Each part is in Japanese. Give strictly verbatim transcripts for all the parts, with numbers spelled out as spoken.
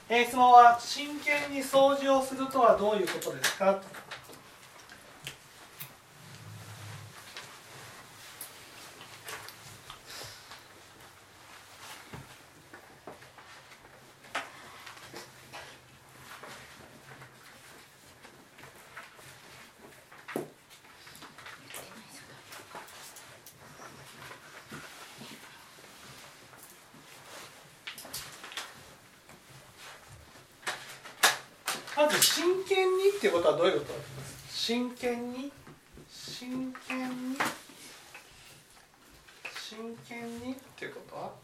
えー、質問は真剣に掃除をするとはどういうことですか？まず真剣にっていうことはどういうことですか？真剣に真剣に真剣にっていうことは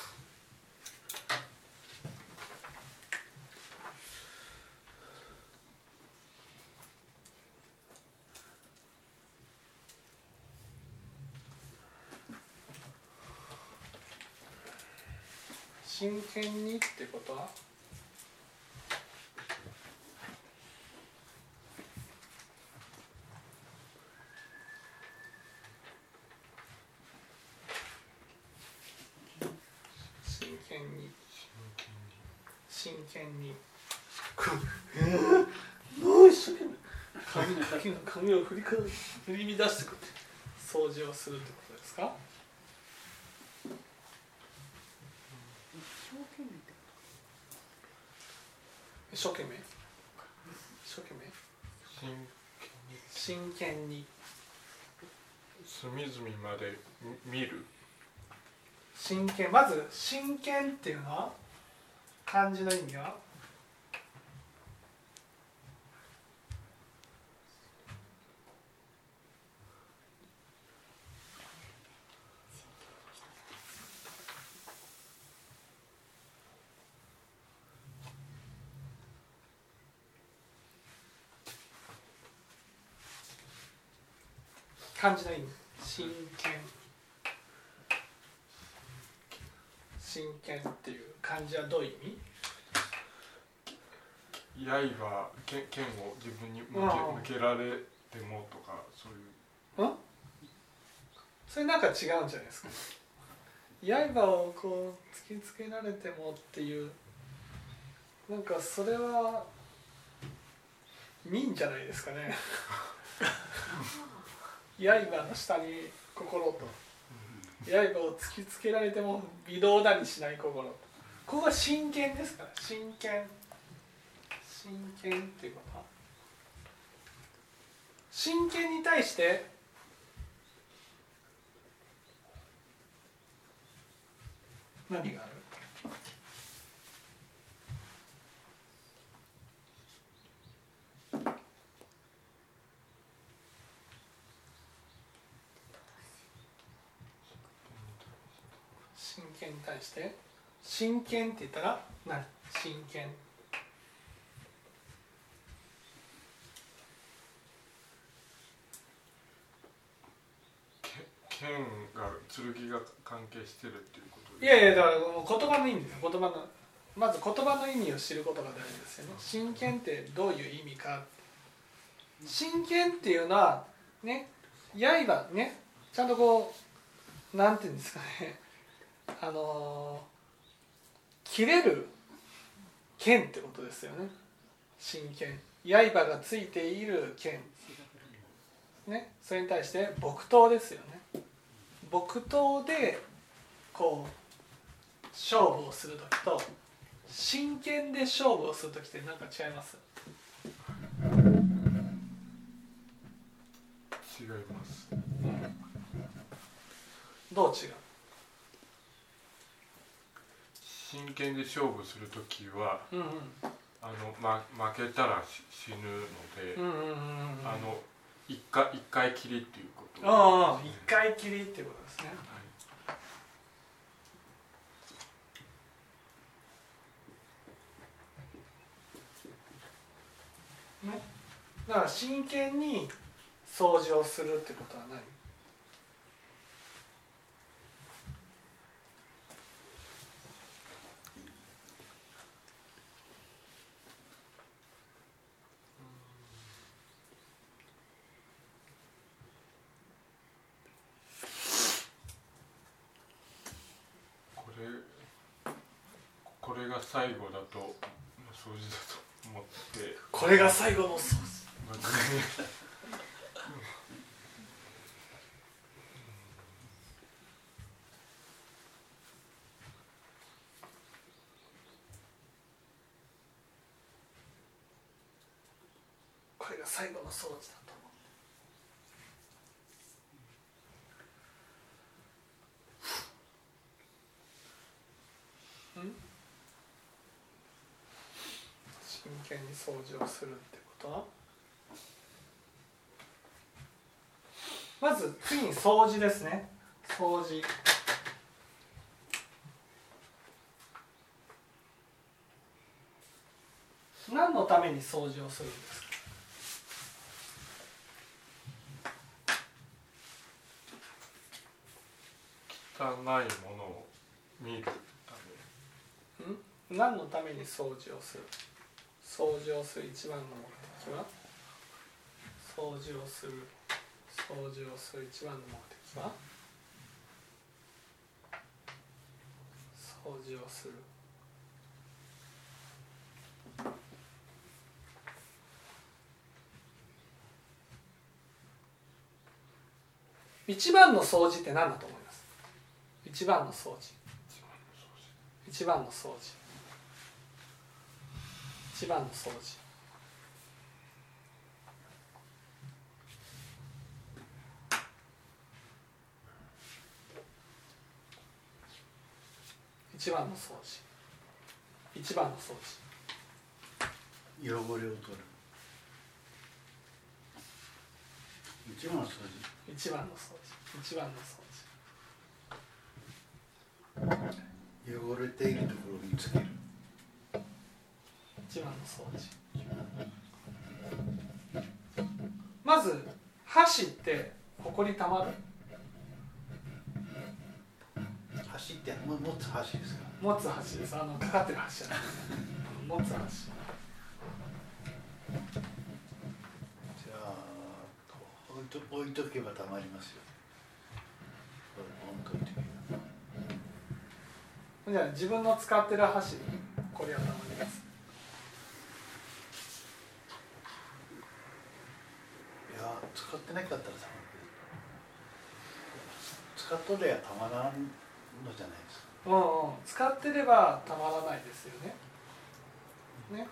真剣にってことは真剣に真剣にえー、もう一生懸命髪の髪の髪を振りか振り乱してくって掃除をするってことですか？一生懸命一生懸命真剣に隅々まで見る。 真剣、まず真剣っていうのは漢字の意味は漢字の意味真剣真剣っていう漢字はどういう意味？ 刃剣剣を自分に向け、向けられてもとかそういう。 ん？それなんか違うんじゃないですか。刃をこう突きつけられてもっていうなんかそれは民じゃないですかね。刃の下に心と刃を突きつけられても微動だにしない心とここが真剣ですから真剣真剣っていうことは真剣に対して何がある？真剣に対して真剣って言ったら何？真剣剣が剣が関係してるっていうことです。 いやいやだからもう言葉の意味ですよ。言葉のまず言葉の意味を知ることが大事ですよね。真剣ってどういう意味か。真剣っていうのはね刃ねちゃんとこうなんていうんですかねあのー、切れる剣ってことですよね。真剣刃がついている剣ねそれに対して木刀ですよね。木刀でこう勝負をするときと真剣で勝負をするときって何か違います？ 違います。 どう違う？ 真剣で勝負するときは、 うんうん、 あの、ま、負けたら死ぬので、 うんうんうんうん、 あの一回一回きりっていうこと、 ね。ああ一回きりっていうことですね。はいね、だから真剣に掃除をするってことは何？ これこれが最後だと掃除だと思ってこれが最後の掃除。これが最後の掃除だと思う。ん？真剣に掃除をするってことは、まず次に掃除ですね。掃除。何のために掃除をするんですか？ 汚いものを見るため。ん？何のために掃除をする？掃除をする一番の目的は？掃除をする掃除をする一番の目的は？掃除をする一番の掃除って何だと思います？一番の掃除一番の掃除一番の掃除一番の掃除一番の掃除汚れを取る一番の掃除一番の掃除一番の掃除汚れているところを見つける一番の掃除。まず箸ってほこりたまる？ 箸って持つ箸ですか？ 持つ箸です。あのかかってる箸じゃない持つ箸。 じゃあ置いと、置いとけばたまりますよ。置いといてじゃあ自分の使ってる箸にこれはたまります。 いや使ってなかったらたまるけど使っとればたまらんのじゃないですか。 うんうん、使ってればたまらないですよね。ね。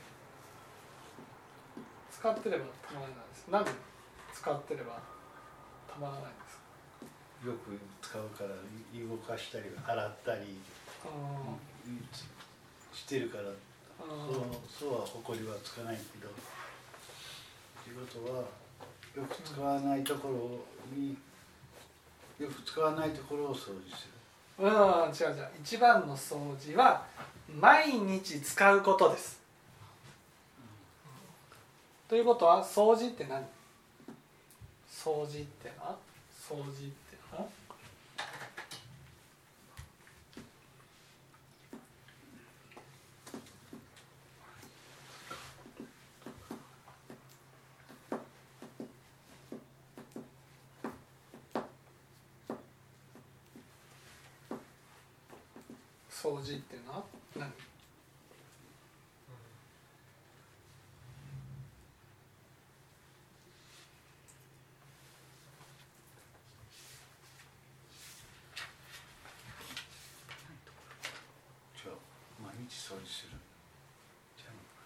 使ってればたまらないです。なんで使ってればたまらないんですか？ よく使うから動かしたり洗ったりしてるから、そうそうは埃はつかないけど、ということはよく使わないところによく使わないところを掃除する。 うん、違う違う。一番の掃除は毎日使うことです。ということは掃除って何？掃除ってな掃除ってな掃除っていうのは何？ じゃあ毎日掃除する。じゃ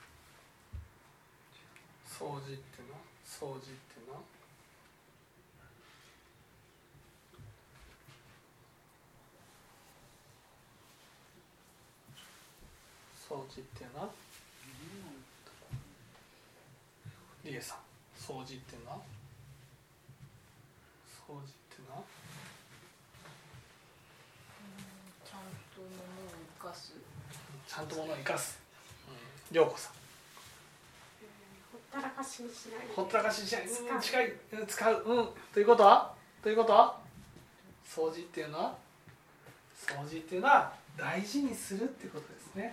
掃除っていうのは掃除っていうのは掃除っていうのはリエさん、掃除っていうのは掃除っていうのはちゃんと物を生かす。 ちゃんと物を生かす。うん、涼子さん。 ほったらかしにしない。 ほったらかしにしない。うん、 使う近い。うん、使う。うん。ということはということは掃除っていうのは掃除っていうのは大事にするっていうことですね。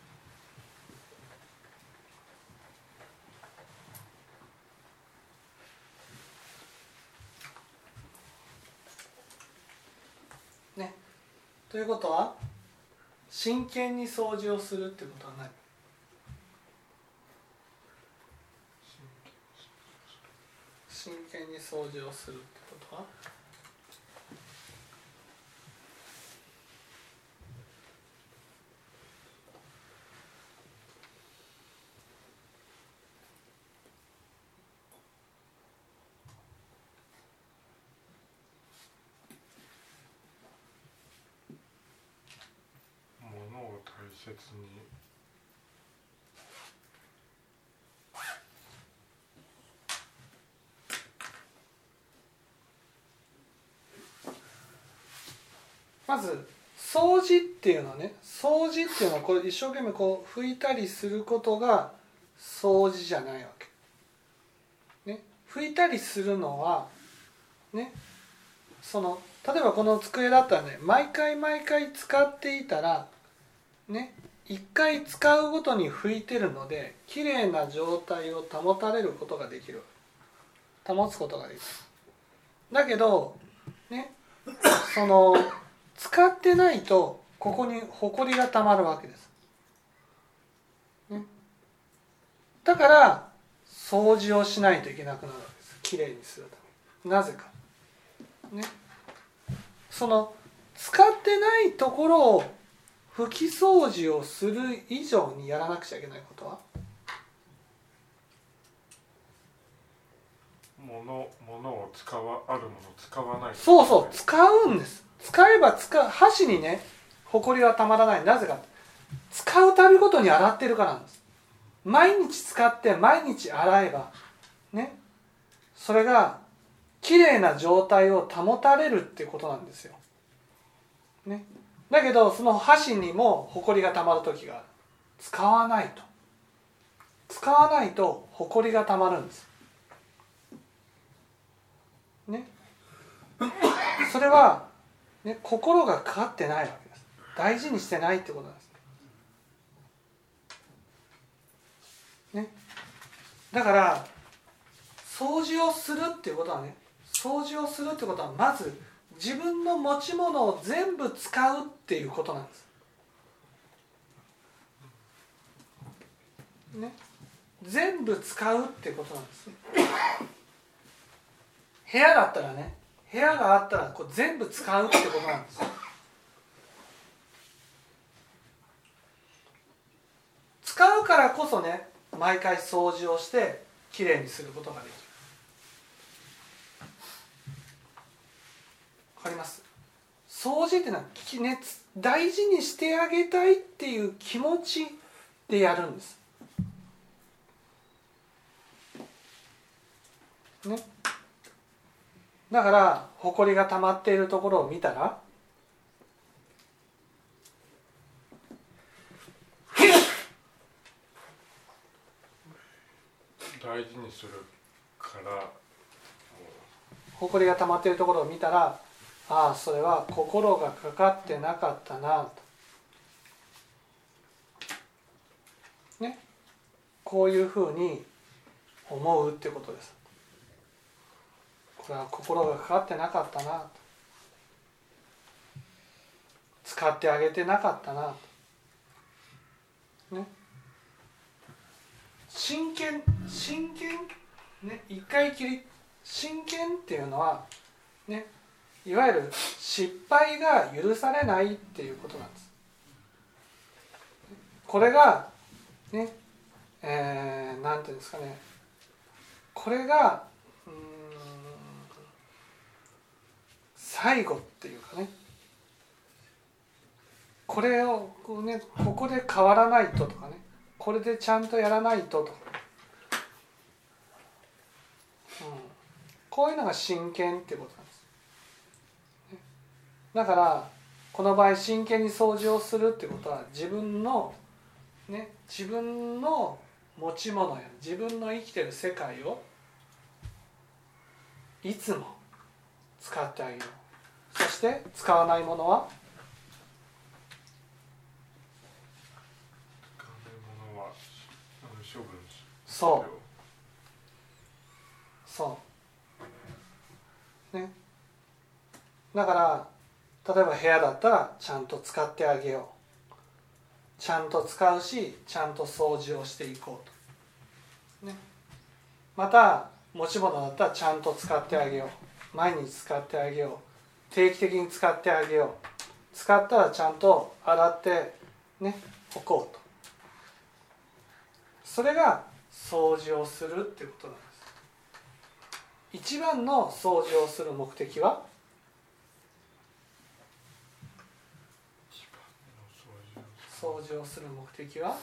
ね。ということは真剣に掃除をするっていうことは何？ 真剣に掃除をするってことは、 物を大切にまず掃除っていうのはね、掃除っていうのはこれ一生懸命こう拭いたりすることが掃除じゃないわけ、ね、拭いたりするのはね、その例えばこの机だったらね、毎回毎回使っていたらね、一回使うごとに拭いてるのできれいな状態を保たれることができる、保つことができる。だけどね、その使ってないとここにホコリがたまるわけです、ね、だから掃除をしないといけなくなるわけです。きれいにするために。なぜか、ね、その使ってないところを拭き掃除をする以上にやらなくちゃいけないことは、 物物を使わあるものを使わない。 そうそう、使うんです。使えば使う、箸にねほこりはたまらない。なぜか、使うたびごとに洗ってるからなんです。毎日使って毎日洗えばね、それがきれいな状態を保たれるっていうことなんですよ、ね、だけどその箸にもほこりがたまる時がある。使わないと使わないとほこりがたまるんですね。それはね、心がかかってないわけです。大事にしてないってことなんですね。だから掃除をするっていうことはね、掃除をするってことはまず自分の持ち物を全部使うっていうことなんですね。全部使うっていうことなんです。部屋だったらね、部屋があったらこう全部使うってことなんです。使うからこそね、毎回掃除をしてきれいにすることができる。わかります？掃除っていうのは、ね、大事にしてあげたいっていう気持ちでやるんですね。だからほこりが溜まっているところを見たら大事にするから、 ほこりが溜まっているところを見たら、ああそれは心がかかってなかったなと、ね、こういうふうに思うってことです。これは心がかかってなかったなと、使ってあげてなかったなと、ね、真剣真剣ね、一回きり真剣っていうのはね、いわゆる失敗が許されないっていうことなんです。これがね、えー、なんていうんですかね、これがうーん最後っていうかね、これをこうね、ここで変わらないととかね、これでちゃんとやらないととか、うん、こういうのが真剣っていうことなんです。だからこの場合真剣に掃除をするってことは、自分のね、自分の持ち物や自分の生きてる世界をいつも使ってあげよう。そして使わないものは使わないものは処分し、 そうそうね。だから例えば部屋だったらちゃんと使ってあげよう、ちゃんと使うしちゃんと掃除をしていこうと、ね、また持ち物だったらちゃんと使ってあげよう、毎日使ってあげよう、定期的に使ってあげよう、使ったらちゃんと洗ってねおこうと、それが掃除をするっていうことなんです。一番の掃除をする目的は、掃除をする目的は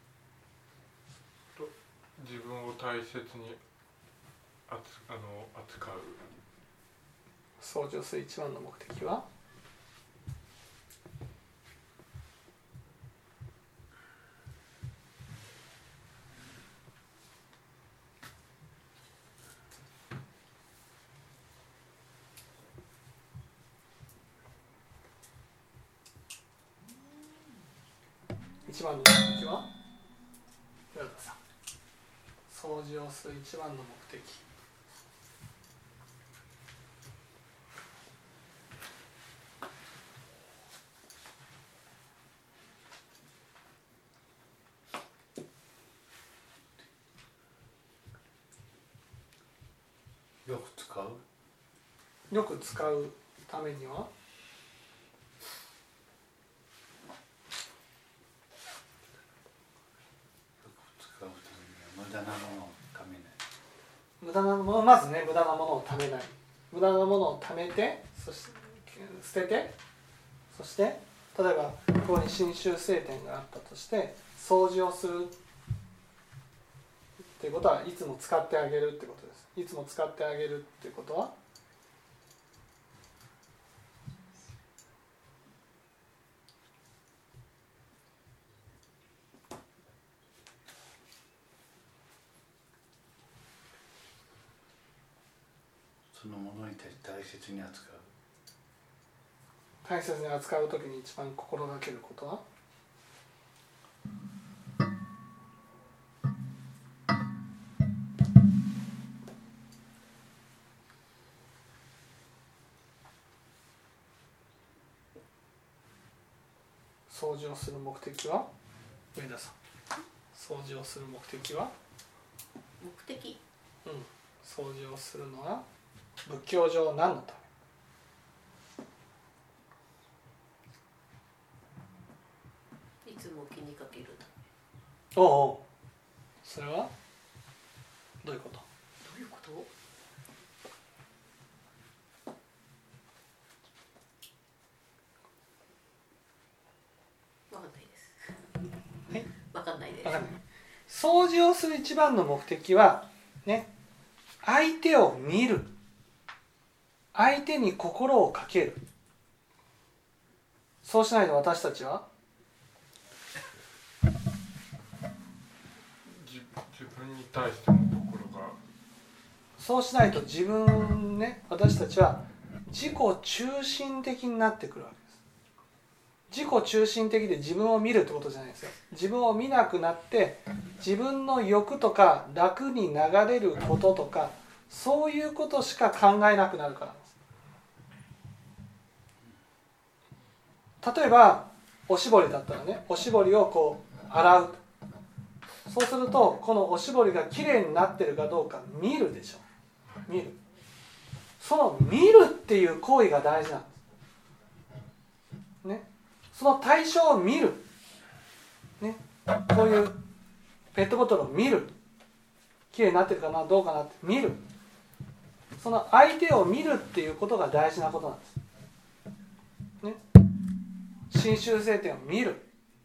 自分を大切にあつあの扱う。 掃除をする一番の目的は、一番の目的は、浦田さん、掃除をする一番の目的。 よく使う。 よく使うためには、 よく使うためには無駄なものをためない。 無駄なもの、まずね無駄なものをためない、無駄なものをためて、そして捨てて、そして例えばここに真宗聖典があったとして掃除をするっていうことはいつも使ってあげるってことです。いつも使ってあげるっていうことは、 そのものに対して大切に扱う。 大切に扱うときに一番心がけることは、掃除をする目的は、上田さん、掃除をする目的は、 目的、 うん、掃除をするのは仏教上何のたいつも気にかけるため。おうおう、それはどういうこと？ どういうこと？わかんないです。 はい、 わかんないです。 わかんない。掃除をする一番の目的はね、相手を見る、相手に心をかける。そうしないと私たちは自分に対しての心が、 そうしないと自分ね、私たちは自己中心的になってくるわけです。自己中心的で自分を見るってことじゃないですよ。自分を見なくなって自分の欲とか楽に流れることとかそういうことしか考えなくなるからです。例えばおしぼりだったらね、おしぼりをこう洗う。そうするとこのおしぼりがきれいになってるかどうか見るでしょ。見る。その見るっていう行為が大事なんです。ね。その対象を見る。ね。こういうペットボトルを見る。きれいになってるかなどうかなって見る。その相手を見るっていうことが大事なことなんです。ね。真宗聖典を見る。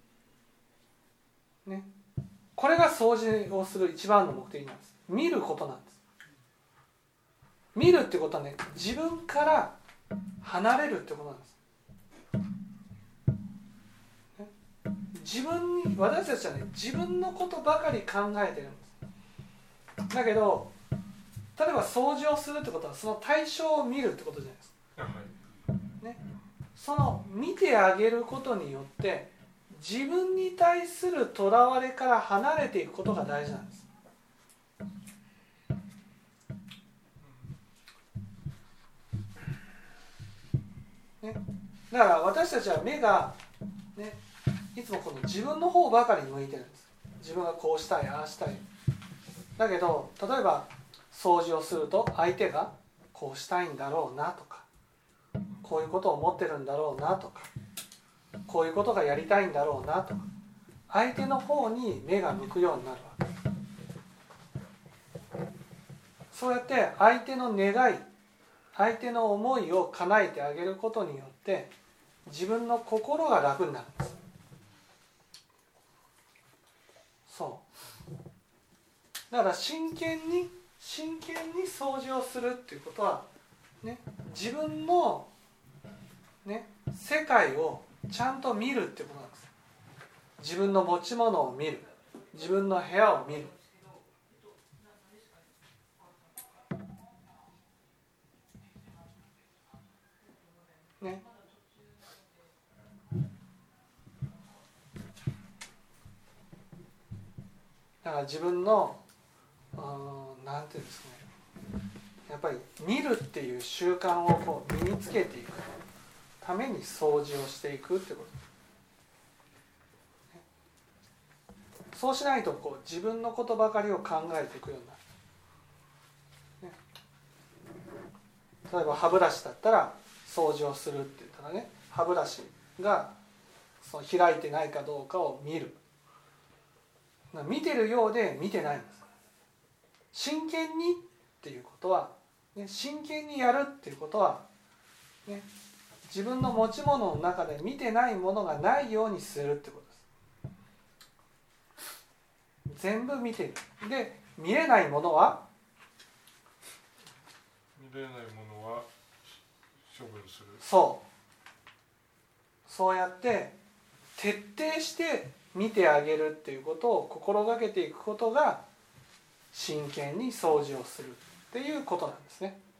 ね。これが掃除をする一番の目的なんです。見ることなんです。見るってことはね、自分から離れるってことなんです。ね、自分に、私たちはね、自分のことばかり考えてるんです。だけど、例えば掃除をするってことはその対象を見るってことじゃないですか。ね、その見てあげることによって自分に対するとらわれから離れていくことが大事なんです。ね、だから私たちは目が、ね、いつもこの自分の方ばかり向いてるんです。自分がこうしたいああしたい。だけど例えば掃除をすると相手がこうしたいんだろうなとか、こういうことを思ってるんだろうなとか、こういうことがやりたいんだろうなとか、相手の方に目が向くようになるわけ。そうやって相手の願い、相手の思いを叶えてあげることによって自分の心が楽になるんです。そうだから真剣に真剣に掃除をするっていうことは、ね、自分の、ね、世界をちゃんと見るってことなんです。自分の持ち物を見る、自分の部屋を見る。ね、だから自分のうんなんていうんですかね、やっぱり見るっていう習慣をこう身につけていくために掃除をしていくってこと、ね、そうしないとこう自分のことばかりを考えていくようになる、ね、例えば歯ブラシだったら掃除をするって言ったらね、歯ブラシがその開いてないかどうかを見る。見てるようで見てないんです。真剣にっていうことは、ね、真剣にやるっていうことは、ね、自分の持ち物の中で見てないものがないようにするってことです。全部見てる。で、見えないものは見れないものは処分する。 そう。そうやって徹底して見てあげるっていうことを心がけていくことが真剣に掃除をするっていうことなんですね。